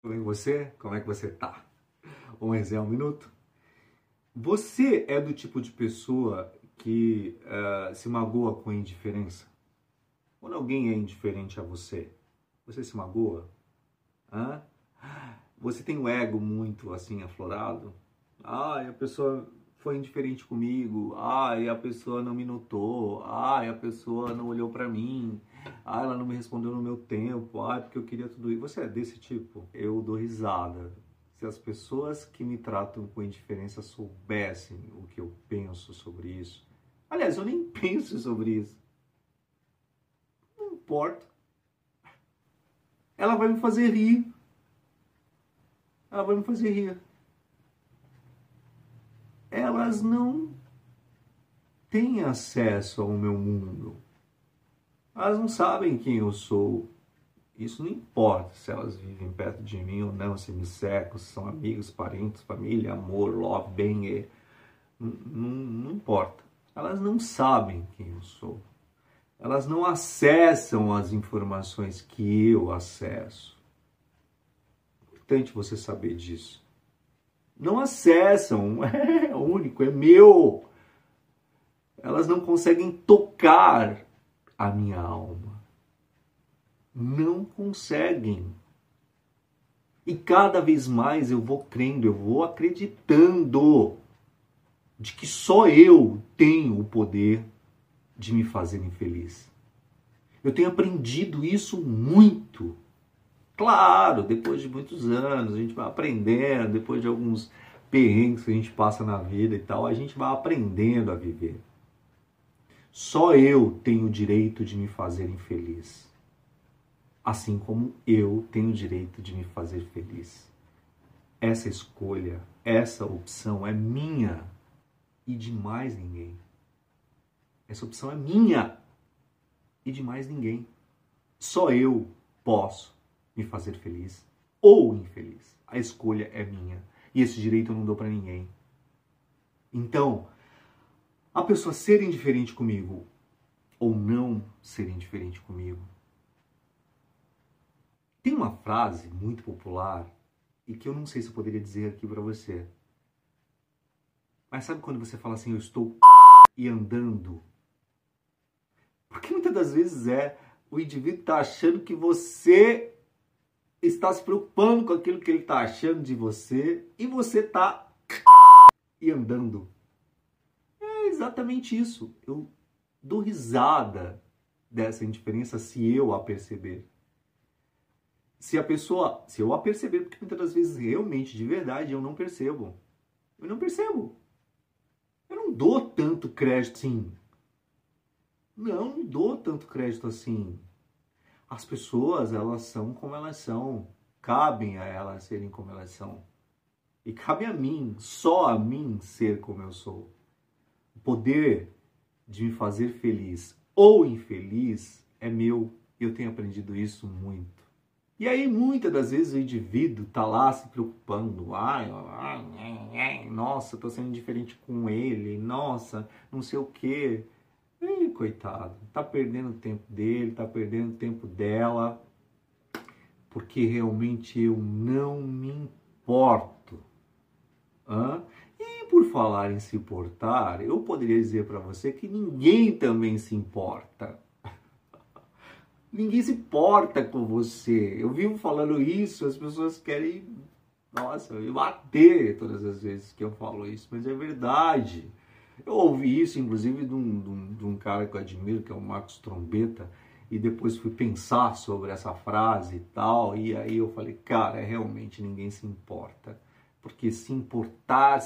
Bem, você? Como é que você tá? Vamos resenhar um minuto? Você é do tipo de pessoa que se magoa com indiferença? Quando alguém é indiferente a você, você se magoa? Hã? Você tem o ego muito assim aflorado? Ai, a pessoa foi indiferente comigo. Ai, a pessoa não me notou. Ai, a pessoa não olhou pra mim. Ai, ela não me respondeu no meu tempo. Ai, porque eu queria tudo isso. Você é desse tipo? Eu dou risada. Se as pessoas que me tratam com indiferença soubessem o que eu penso sobre isso. Aliás, eu nem penso sobre isso. Não importa. Ela vai me fazer rir. Ela vai me fazer rir. Elas não têm acesso ao meu mundo. Elas não sabem quem eu sou. Isso não importa se elas vivem perto de mim ou não, se me cercam, se são amigos, parentes, família, amor, love, bem, não importa. Elas não sabem quem eu sou. Elas não acessam as informações que eu acesso. É importante você saber disso. Não acessam, é único, é meu. Elas não conseguem tocar a minha alma. Não conseguem. E cada vez mais eu vou crendo, eu vou acreditando de que só eu tenho o poder de me fazer infeliz. Eu tenho aprendido isso muito. Claro, depois de muitos anos, a gente vai aprendendo, depois de alguns perrengues que a gente passa na vida e tal, a gente vai aprendendo a viver. Só eu tenho o direito de me fazer infeliz. Assim como eu tenho o direito de me fazer feliz. Essa escolha, essa opção é minha e de mais ninguém. Essa opção é minha e de mais ninguém. Só eu posso me fazer feliz ou infeliz. A escolha é minha e esse direito eu não dou para ninguém. Então, a pessoa ser indiferente comigo ou não ser indiferente comigo. Tem uma frase muito popular e que eu não sei se eu poderia dizer aqui para você. Mas sabe quando você fala assim, eu estou e andando? Porque muitas das vezes o indivíduo está achando que você está se preocupando com aquilo que ele está achando de você e você está e andando. É exatamente isso. Eu dou risada dessa indiferença se eu a perceber. Se eu a perceber, porque muitas das vezes realmente, de verdade, eu não percebo. Eu não percebo. Eu não dou tanto crédito assim. Não dou tanto crédito assim. As pessoas, elas são como elas são. Cabem a elas serem como elas são. E cabe a mim, só a mim, ser como eu sou. O poder de me fazer feliz ou infeliz é meu. Eu tenho aprendido isso muito. E aí, muitas das vezes, o indivíduo tá lá se preocupando. Nossa, tô sendo indiferente com ele. Nossa, não sei o quê. Ih, coitado, tá perdendo o tempo dele, tá perdendo o tempo dela. Porque realmente eu não me importo. E por falar em se importar, eu poderia dizer para você que ninguém também se importa. Ninguém se importa com você. Eu vivo falando isso, as pessoas querem, nossa, me bater todas as vezes que eu falo isso, mas é verdade. Eu ouvi isso, inclusive, de um cara que eu admiro, que é o Marcos Trombetta, e depois fui pensar sobre essa frase e tal, e aí eu falei, cara, realmente ninguém se importa. Porque se importar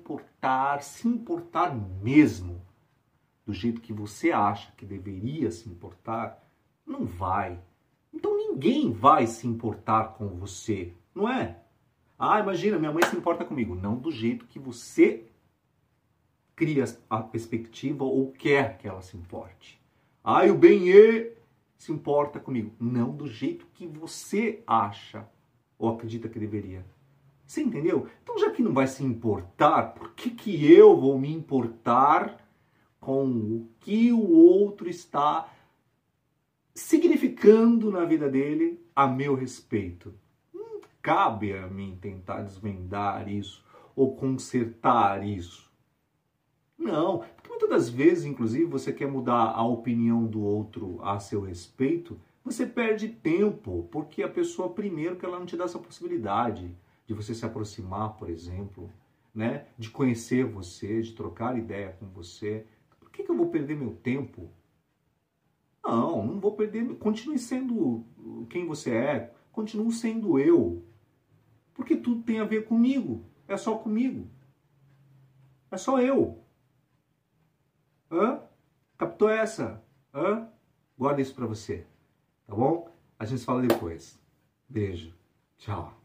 mesmo, do jeito que você acha que deveria se importar, não vai. Então ninguém vai se importar com você, não é? Ah, imagina, minha mãe se importa comigo. Não do jeito que você cria a perspectiva ou quer que ela se importe. Ah, o bem-ê se importa comigo. Não do jeito que você acha ou acredita que deveria. Você entendeu? Então, já que não vai se importar, por que eu vou me importar com o que o outro está significando na vida dele a meu respeito? cabe a mim tentar desvendar isso ou consertar isso. Não, porque muitas das vezes, inclusive, você quer mudar a opinião do outro a seu respeito, você perde tempo, porque a pessoa, primeiro, que ela não te dá essa possibilidade de você se aproximar, por exemplo, né? De conhecer você, de trocar ideia com você. Por que eu vou perder meu tempo? Não vou perder. Continue sendo quem você é, continue sendo eu. Porque tudo tem a ver comigo, é só comigo. É só eu. Hã? Captou essa? Hã? Guarda isso pra você, tá bom? A gente se fala depois. Beijo. Tchau.